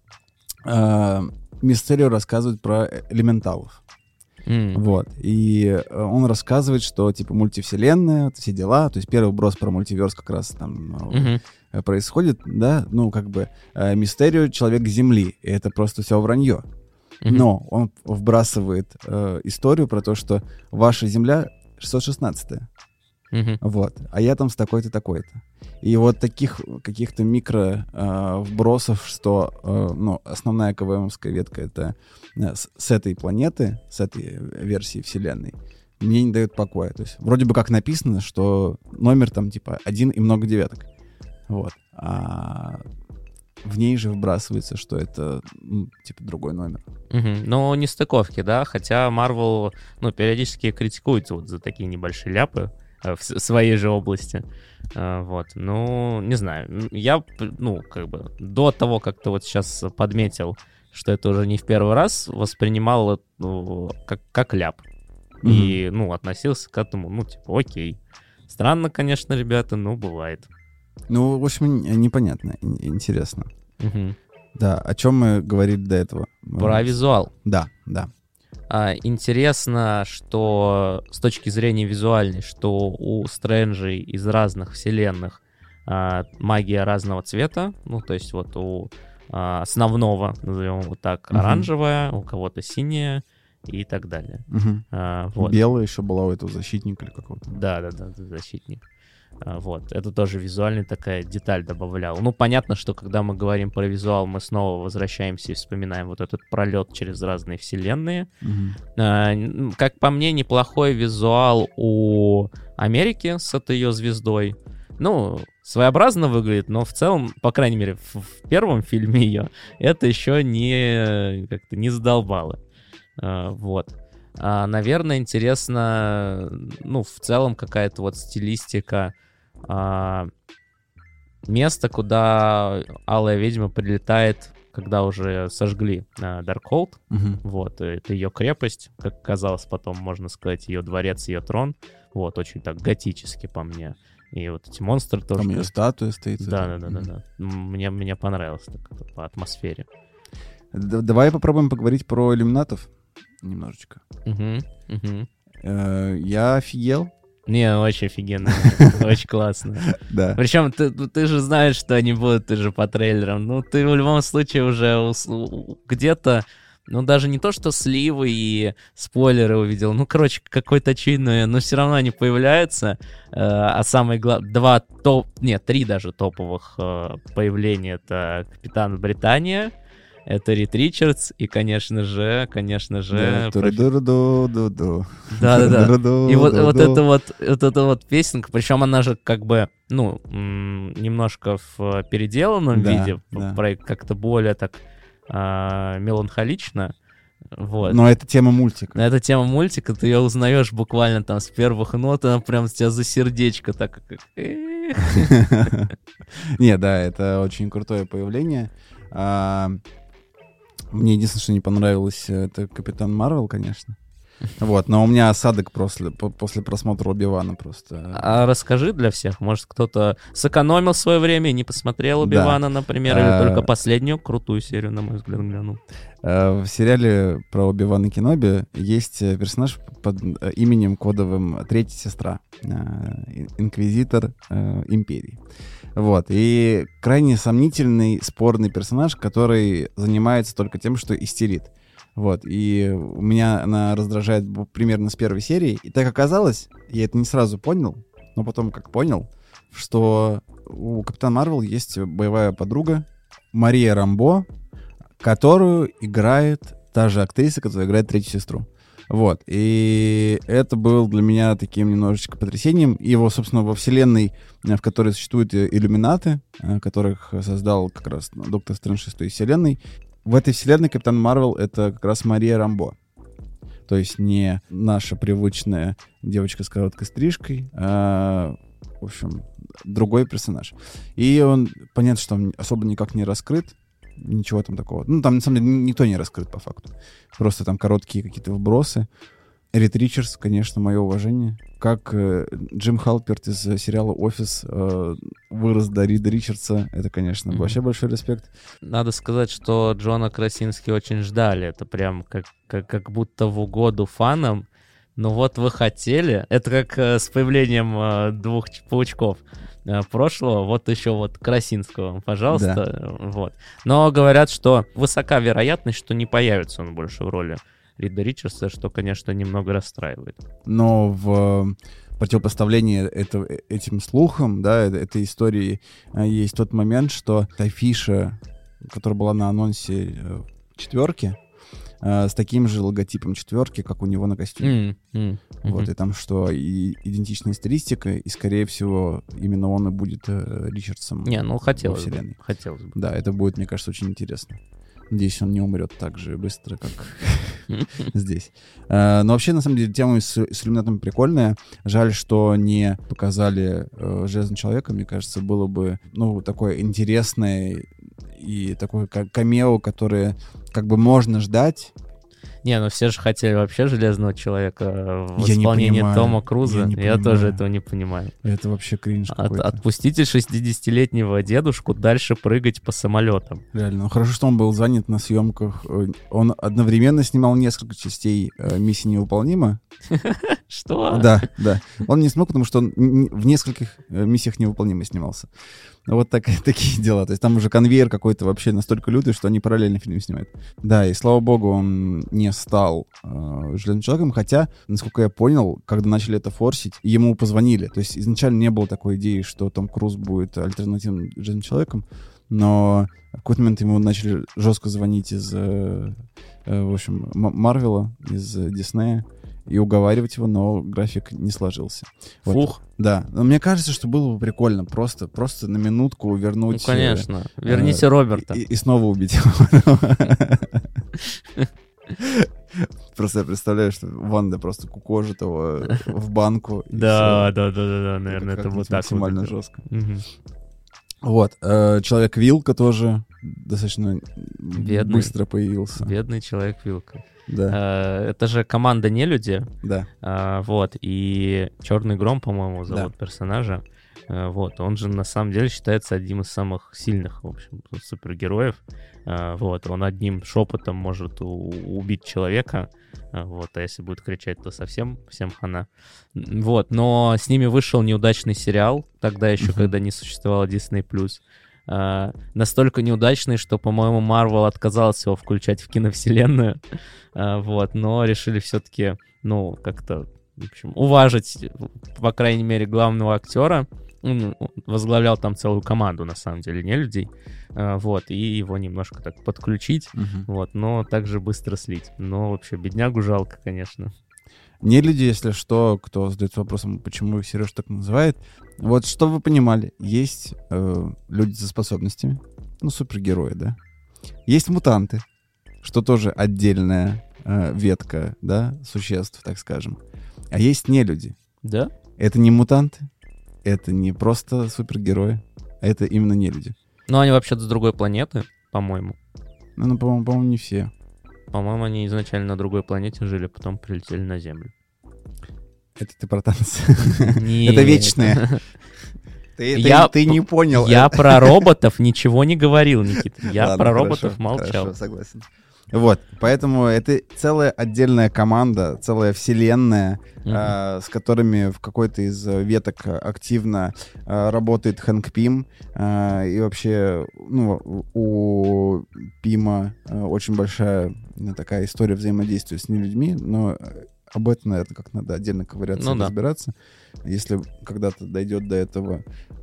Мистерио рассказывает про элементалов. Вот. И он рассказывает, что типа мультивселенная, все дела. То есть первый вброс про мультиверс как раз там происходит, да, Мистерио — человек Земли, и это просто все вранье. Но он вбрасывает историю про то, что ваша Земля 616-я. Вот. А я там с такой-то, такой-то. И вот таких каких-то микро вбросов, что основная КВМовская ветка — это с этой планеты, с этой версии вселенной, мне не дает покоя. То есть вроде бы как написано, что номер там типа 1 и много девяток. Вот. А в ней же вбрасывается, что это типа другой номер. Ну, нестыковки, да? Хотя Marvel, периодически критикуется вот за такие небольшие ляпы в своей же области. Вот. Ну, не знаю. Я, до того, как ты вот сейчас подметил, что это уже не в первый раз, воспринимал как ляп. И, относился к этому, окей. Странно, конечно, ребята, но бывает. В общем, непонятно. Интересно. Да, о чем мы говорили до этого? Про визуал. Да. Интересно, что с точки зрения визуальной, что у Стрэнджей из разных вселенных магия разного цвета. То есть вот у основного, назовем его так, оранжевая, у кого-то синяя и так далее. Вот. Белая еще была у этого защитника или какого-то. Да, защитник. Вот, это тоже визуальная такая деталь добавлял. Ну, понятно, что когда мы говорим про визуал, мы снова возвращаемся и вспоминаем вот этот пролет через разные вселенные. Как по мне, неплохой визуал у Америки с этой ее звездой. Ну, своеобразно выглядит, но в целом, по крайней мере, в первом фильме ее это еще как-то не задолбало. Вот. Наверное, интересно, ну, в целом какая-то вот стилистика место, куда Алая Ведьма прилетает, когда уже сожгли Даркхолд. Вот, это ее крепость, как казалось потом, можно сказать, ее дворец, ее трон. Вот, очень так готически по мне. И вот эти монстры тоже. Там ее статуя стоит. Да. Мне понравилось так, по атмосфере. Давай попробуем поговорить про иллюминатов немножечко. Я офигел. Не, очень офигенно. Очень классно. Да. Причем ты же знаешь, что они будут, ты же по трейлерам. Ну, ты в любом случае уже где-то, ну, даже не то, что сливы и спойлеры увидел, ну, короче, какой-то очевидный, но все равно они появляются. А самое главное, три даже топовых появления — это Капитан Британия, это Рид Ричардс и, конечно же... Да. И вот эта вот песенка, причем она же как бы, ну, немножко в переделанном виде, как-то более так меланхолично. Вот. Но это тема мультика. Это тема мультика, ты ее узнаешь буквально там с первых нот, она прям с тебя за сердечко так... Не, да, это очень крутое появление. Мне единственное, что не понравилось, это Капитан Марвел, конечно. Вот, но у меня осадок после просмотра Оби-Вана просто. А расскажи для всех, может, кто-то сэкономил свое время и не посмотрел Оби-Вана, например, или только последнюю крутую серию, на мой взгляд, глянул. В сериале про Оби-Вана Кеноби есть персонаж под именем кодовым Третья сестра, инквизитор Империи. Вот, и крайне сомнительный, спорный персонаж, который занимается только тем, что истерит. Вот, и меня она раздражает примерно с первой серии. И так оказалось, я это не сразу понял, но потом как понял, что у Капитана Марвел есть боевая подруга Мария Рамбо, которую играет та же актриса, которая играет Третью сестру. Вот, и это было для меня таким немножечко потрясением. Его, собственно, во вселенной, в которой существуют иллюминаты, которых создал как раз Доктор Стрэндж из той вселенной, в этой вселенной Капитан Марвел — это как раз Мария Рамбо. То есть не наша привычная девочка с короткой стрижкой, а, в общем, другой персонаж. И он, понятно, что он особо никак не раскрыт, ничего там такого. Ну, там, на самом деле, никто не раскрыт по факту. Просто там короткие какие-то вбросы. Рид Ричардс, конечно, мое уважение. Как Джим Халперт из сериала «Офис» вырос до Рида Ричардса, это, конечно, вообще большой респект. Надо сказать, что Джона Красински очень ждали. Это прям как будто в угоду фанам. Ну вот вы хотели. Это как с появлением двух паучков прошлого, вот еще вот Красинского, пожалуйста. Да. Вот. Но говорят, что высока вероятность, что не появится он больше в роли Рида Ричардса, что, конечно, немного расстраивает. Но в противопоставлении этим слухам, да, этой истории, есть тот момент, что афиша, которая была на анонсе четверки, с таким же логотипом четверки, как у него на костюме. Вот, и там что, и идентичная стилистика, и, скорее всего, именно он и будет Ричардсом. Не, ну хотелось бы. Хотелось бы. Да, это будет, мне кажется, очень интересно. Надеюсь, он не умрет так же быстро, как здесь. Но вообще, на самом деле, тема с иллюминатом прикольная. Жаль, что не показали Железного человека. Мне кажется, было бы, ну, такое интересное и такое камео, которое как бы можно ждать. Не, ну все же хотели вообще Железного человека в исполнении Тома Круза. Я тоже этого не понимаю. Это вообще кринж какой-то. Отпустите 60-летнего дедушку дальше прыгать по самолетам. Реально. Ну хорошо, что он был занят на съемках. Он одновременно снимал несколько частей «Миссия невыполнима». Что? Да. Он не смог, потому что он в нескольких «Миссиях невыполнима» снимался. Вот такие дела. То есть там уже конвейер какой-то вообще настолько лютый, что они параллельно фильм снимают. Да, и слава богу, он не стал Железным человеком, хотя, насколько я понял, когда начали это форсить, ему позвонили. То есть изначально не было такой идеи, что Том Круз будет альтернативным Железным человеком, но в какой-то момент ему начали жестко звонить из, в общем, Марвела, из Диснея, и уговаривать его, но график не сложился. Вот. Фух. Да. Но мне кажется, что было бы прикольно просто на минутку вернуть... Ну, конечно. Верните Роберта. И снова убить его. Просто я представляю, что Ванда просто кукожит его в банку. Да, наверное, это вот так. Максимально жестко. Вот. Человек-вилка тоже достаточно быстро появился. Бедный Человек-вилка. Да. Это же команда «Нелюди». Да. Вот, и Черный Гром, по-моему, зовут персонажа. Вот, он же на самом деле считается одним из самых сильных, в общем, супергероев. Вот, он одним шепотом может убить человека. Вот, а если будет кричать, то совсем всем хана. Вот, но с ними вышел неудачный сериал, тогда еще, когда не существовало Disney+. Настолько неудачный, что, по-моему, Marvel отказался его включать в киновселенную. Вот, но решили все-таки, ну, как-то, в общем, уважить, по крайней мере, главного актера. Он возглавлял там целую команду, на самом деле, не людей. Вот, и его немножко так подключить, вот, но также быстро слить. Но вообще, беднягу жалко, конечно. Не люди, если что, кто задается вопросом, почему их Сереж так называет. Вот, чтобы вы понимали, есть люди со способностями, ну, супергерои, да. Есть мутанты, что тоже отдельная ветка, да, существ, так скажем. А есть нелюди. Да? Это не мутанты, это не просто супергерои, а это именно нелюди. Но они вообще-то с другой планеты, по-моему. Ну, по-моему, не все. По-моему, они изначально на другой планете жили, потом прилетели на Землю. Это ты про танцы. Нет. Это вечное. Ты не понял. Я про роботов ничего не говорил, Никита. Я Ладно, про хорошо, роботов молчал. Хорошо, согласен. Вот, поэтому это целая отдельная команда, целая вселенная, с которыми в какой-то из веток активно работает Хэнк Пим. И вообще, ну, у Пима очень большая такая история взаимодействия с нелюдьми, но об этом, наверное, как надо отдельно ковыряться и разбираться. Если когда-то дойдет до этого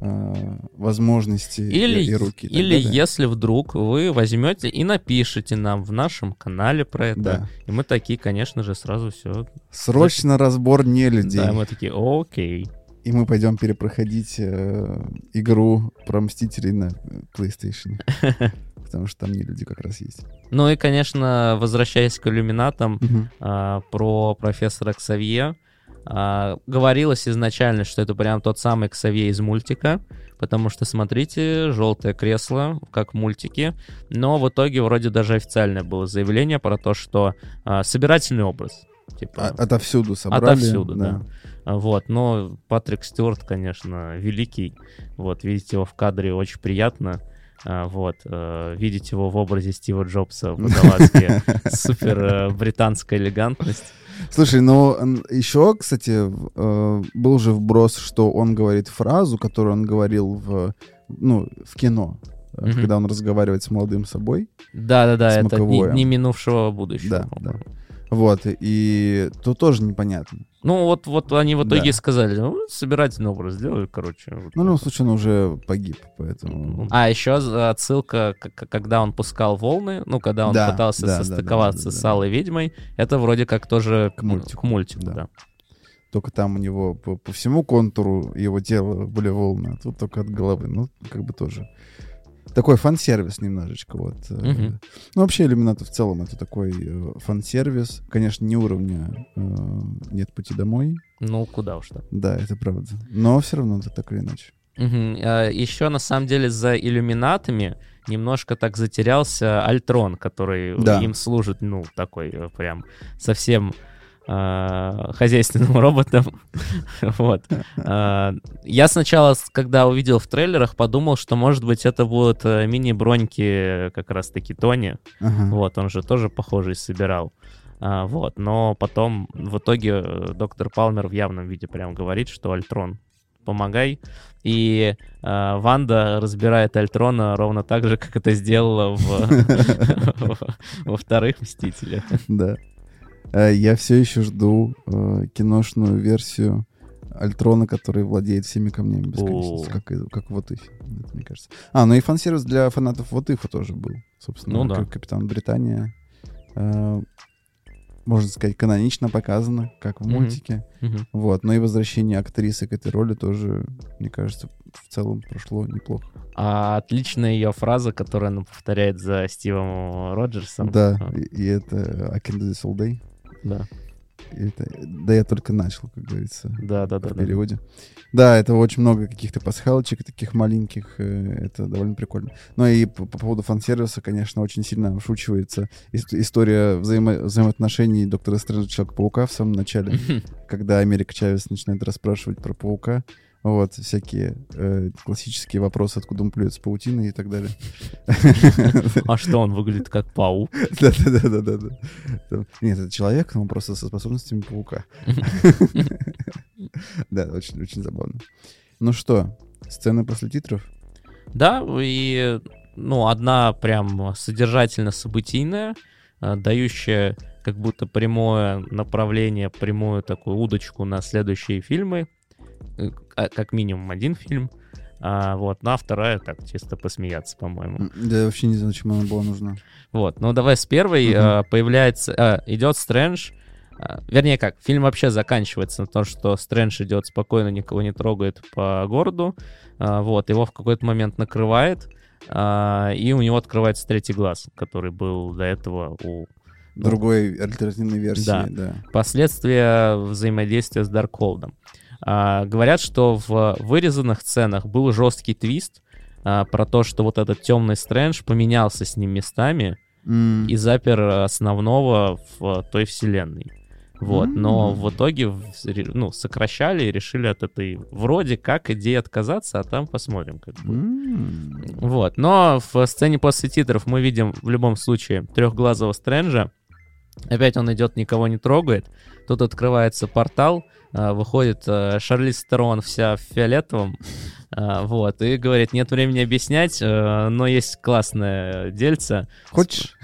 возможности и руки. Или если вдруг вы возьмете и напишите нам в нашем канале про это. Да. И мы такие, конечно же, сразу все... Срочно разбор нелюдей. Да, мы такие, окей. И мы пойдем перепроходить игру про Мстителей на PlayStation. Потому что там не люди как раз есть. Ну и, конечно, возвращаясь к иллюминатам, про профессора Ксавье, говорилось изначально, что это прям тот самый Ксавье из мультика, потому что, смотрите, желтое кресло, как в мультике, но в итоге вроде даже официальное было заявление про то, что собирательный образ. Типа, отовсюду собрали. Отовсюду, да. Вот, но Патрик Стюарт, конечно, великий. Вот, видеть его в кадре очень приятно. Вот, видеть его в образе Стива Джобса в водолазке. Супер британская элегантность. Слушай, ну еще, кстати, был же вброс, что он говорит фразу, которую он говорил в кино, когда он разговаривает с молодым собой. Да-да-да, это не минувшего будущего. Да. Вот, и тут тоже непонятно. Ну, вот они в итоге сказали, собирательный образ сделали, короче. Ну, в любом случае, он уже погиб, поэтому... А еще отсылка, когда он пускал волны, ну, когда он пытался состыковаться с Алой Ведьмой, это вроде как тоже к мультику, да. Только там у него по всему контуру его тела были волны, а тут только от головы. Ну, как бы тоже... Такой фан-сервис немножечко, вот. Ну, вообще, Иллюминаты в целом это такой фан-сервис. Конечно, не уровня «Нет пути домой». Ну, куда уж так. Да, это правда. Но все равно это так или иначе. Еще, на самом деле, за Иллюминатами немножко так затерялся Альтрон, который им служит, ну, такой прям совсем... хозяйственным роботом. Вот. Я сначала, когда увидел в трейлерах, подумал, что, может быть, это будут мини-броньки как раз-таки Тони. Вот, он же тоже похожий собирал. Вот, но потом в итоге доктор Палмер в явном виде прям говорит, что Альтрон помогай. И Ванда разбирает Альтрона ровно так же, как это сделала во вторых «Мстителях». Да. Я все еще жду киношную версию Альтрона, который владеет всеми камнями бесконечности, как в What If, мне кажется. Ну и фан-сервис для фанатов What If тоже был, собственно. Ну да. Капитан Британия, можно сказать, канонично показано, как в мультике. Вот. Но и возвращение актрисы к этой роли тоже, мне кажется, в целом прошло неплохо. Отличная ее фраза, которую она повторяет за Стивом Роджерсом. Да, и это I can do this all day. Да. Да, я только начал, как говорится, Да. в переводе. Да, это очень много каких-то пасхалочек таких маленьких, это довольно прикольно. Ну и по поводу фан-сервиса, конечно, очень сильно ошучивается история взаимоотношений доктора Стрэнджа и Человека-паука в самом начале, когда Америка Чавес начинает расспрашивать про паука. Вот, всякие классические вопросы, откуда он плюет с паутиной и так далее. А что, он выглядит как паук? Да. Нет, это человек, но он просто со способностями паука. Да, очень забавно. Ну что, сцена после титров? Да, и одна прям содержательно-событийная, дающая как будто прямое направление, прямую такую удочку на следующие фильмы. Как минимум один фильм. Вот, а вторая так, чисто посмеяться, по-моему. Да, я вообще не знаю, зачем она была нужна. Вот, давай с первой. Идет Стрэндж. Вернее как, фильм вообще заканчивается на том, что Стрэндж идет спокойно, никого не трогает по городу. Вот, его в какой-то момент накрывает, и у него открывается третий глаз, который был до этого у... Другой альтернативной версии, да. Последствия взаимодействия с Даркхолдом. Говорят, что в вырезанных сценах был жесткий твист про то, что вот этот темный Стрэндж поменялся с ним местами и запер основного в той вселенной. Вот, но в итоге сокращали и решили от этой вроде как идеи отказаться, а там посмотрим, как будет. Вот, но в сцене после титров мы видим в любом случае трехглазого Стрэнджа. Опять он идет, никого не трогает. Тут открывается портал, выходит Шарлиз Терон вся в фиолетовом, вот, и говорит, нет времени объяснять, но есть классное дельце. Хочешь?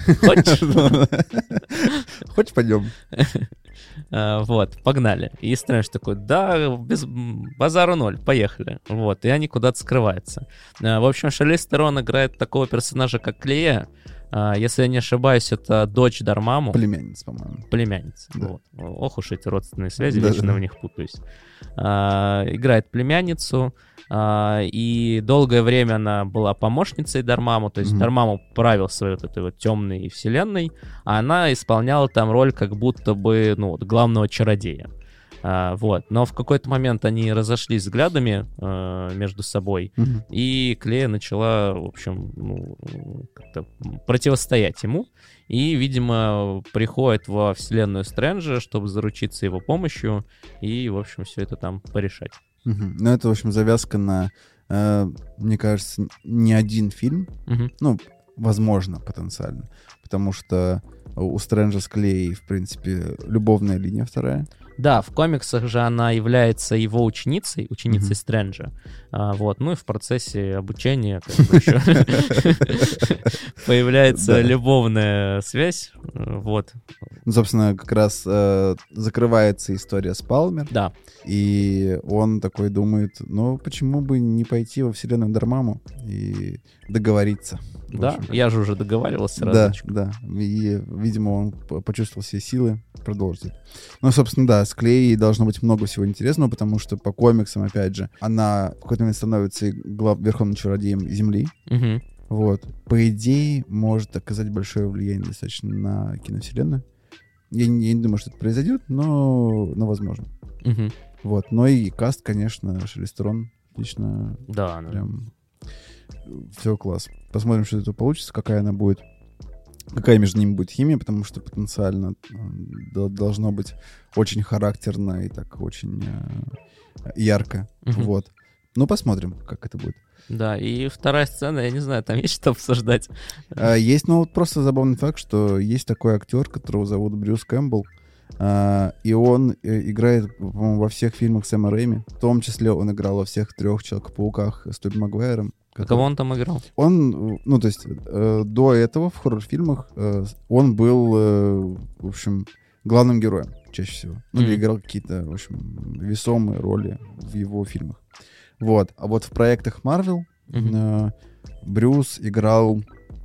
Хочешь, пойдем? Вот, погнали. И Стрэндж такой, да, без базару ноль, поехали. Вот, и они куда-то скрываются. В общем, Шарлиз Терон играет такого персонажа, как Клея. Если я не ошибаюсь, это дочь Дармаму. Племянница, по-моему. Племянница. Да. Вот. Ох уж эти родственные связи, вечно в них путаюсь. Играет племянницу, и долгое время она была помощницей Дармаму, то есть Дармаму правил своей вот этой вот темной вселенной, а она исполняла там роль как будто бы, главного чародея. Вот. Но в какой-то момент они разошлись взглядами между собой, и Клея начала, в общем, как-то противостоять ему, и, видимо, приходит во вселенную Стрэнджа, чтобы заручиться его помощью, и, в общем, все это там порешать. Ну, это, в общем, завязка на, мне кажется, не один фильм, возможно, потенциально, потому что у Стрэнджа с Клеей, в принципе, любовная линия вторая. Да, в комиксах же она является его ученицей Стрэнджа. Вот, ну и в процессе обучения появляется любовная связь. Вот. Ну, собственно, как раз закрывается история с Палмер. Да. И он такой думает, почему бы не пойти во вселенную Дармаму и договориться. Да, я же уже договаривался разочек. Да. И, видимо, он почувствовал все силы продолжить. Ну, собственно, да, с Клеей должно быть много всего интересного, потому что по комиксам, опять же, она в какой-то момент становится верховным чародеем Земли. Вот. По идее, может оказать большое влияние достаточно на киновселенную. Я не думаю, что это произойдет, но возможно. Вот. Но и каст, конечно, Шарлиз Терон лично прям все класс. Посмотрим, что это получится, какая между ними будет химия, потому что потенциально должно быть очень характерно и так очень ярко. Вот. Ну, посмотрим, как это будет. Да, и вторая сцена, я не знаю, там есть что обсуждать? Есть, просто забавный факт, что есть такой актер, которого зовут Брюс Кэмпбелл. И он играет, по-моему, во всех фильмах Сэма Рэйми. В том числе он играл во всех 3 Человека-пауках с Тоби Магуайром. А кого он там играл? Он, ну, то есть, до этого в хоррор-фильмах он был, в общем, главным героем чаще всего. Ну, или играл какие-то, в общем, весомые роли в его фильмах. Вот. А вот в проектах Marvel Брюс играл...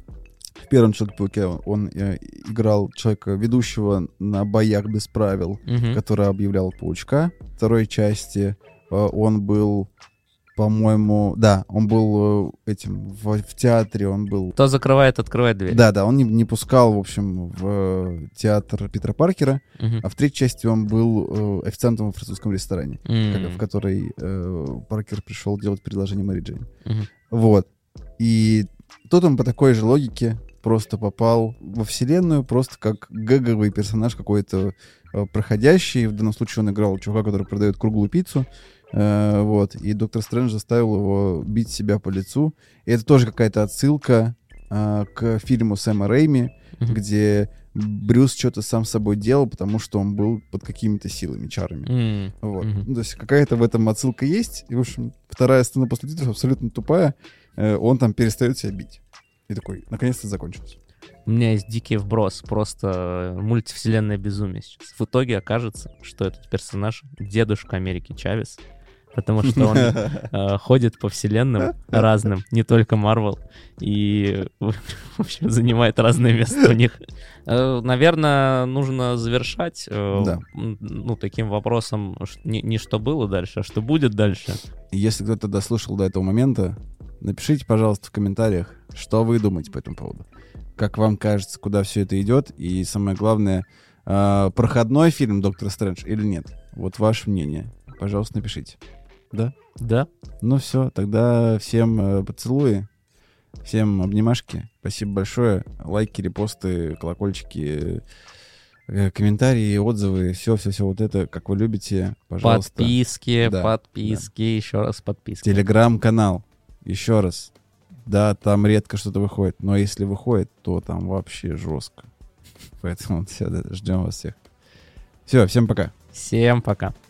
В первом Человеке-пауке он играл человека, ведущего на боях без правил, который объявлял паучка. В второй части он был, по-моему... Да, он был этим... В театре он был... Кто закрывает, открывает дверь. Да, он не пускал, в общем, в театр Питера Паркера. А в третьей части он был официантом в французском ресторане, в который Паркер пришел делать предложение Мэри Джейн. Вот. И тут он по такой же логике просто попал во вселенную, просто как гэговый персонаж какой-то проходящий. В данном случае он играл чувака, который продает круглую пиццу. Вот. И Доктор Стрэндж заставил его бить себя по лицу. И это тоже какая-то отсылка к фильму Сэма Рэйми, где Брюс что-то сам с собой делал, потому что он был под какими-то силами, чарами. Вот. Ну, то есть какая-то в этом отсылка есть. И, в общем, вторая сцена после титров абсолютно тупая. Он там перестает себя бить. И такой, наконец-то закончилось. У меня есть дикий вброс, просто мультивселенная безумие сейчас. В итоге окажется, что этот персонаж дедушка Америки Чавес, потому что он ходит по вселенным разным, не только Marvel, и, в общем, занимает разное место у них. Наверное, нужно завершать таким вопросом, не что было дальше, а что будет дальше. Если кто-то дослушал до этого момента, напишите, пожалуйста, в комментариях, что вы думаете по этому поводу. Как вам кажется, куда все это идет? И самое главное, проходной фильм «Доктор Стрэндж» или нет? Вот ваше мнение. Пожалуйста, напишите. Да? Да. Ну все, тогда всем поцелуи, всем обнимашки. Спасибо большое. Лайки, репосты, колокольчики, комментарии, отзывы, все вот это, как вы любите, пожалуйста. Подписки, еще раз подписки. Телеграм-канал, еще раз. Да, там редко что-то выходит, но если выходит, то там вообще жестко. Поэтому все, ждем вас всех. Все, всем пока. Всем пока.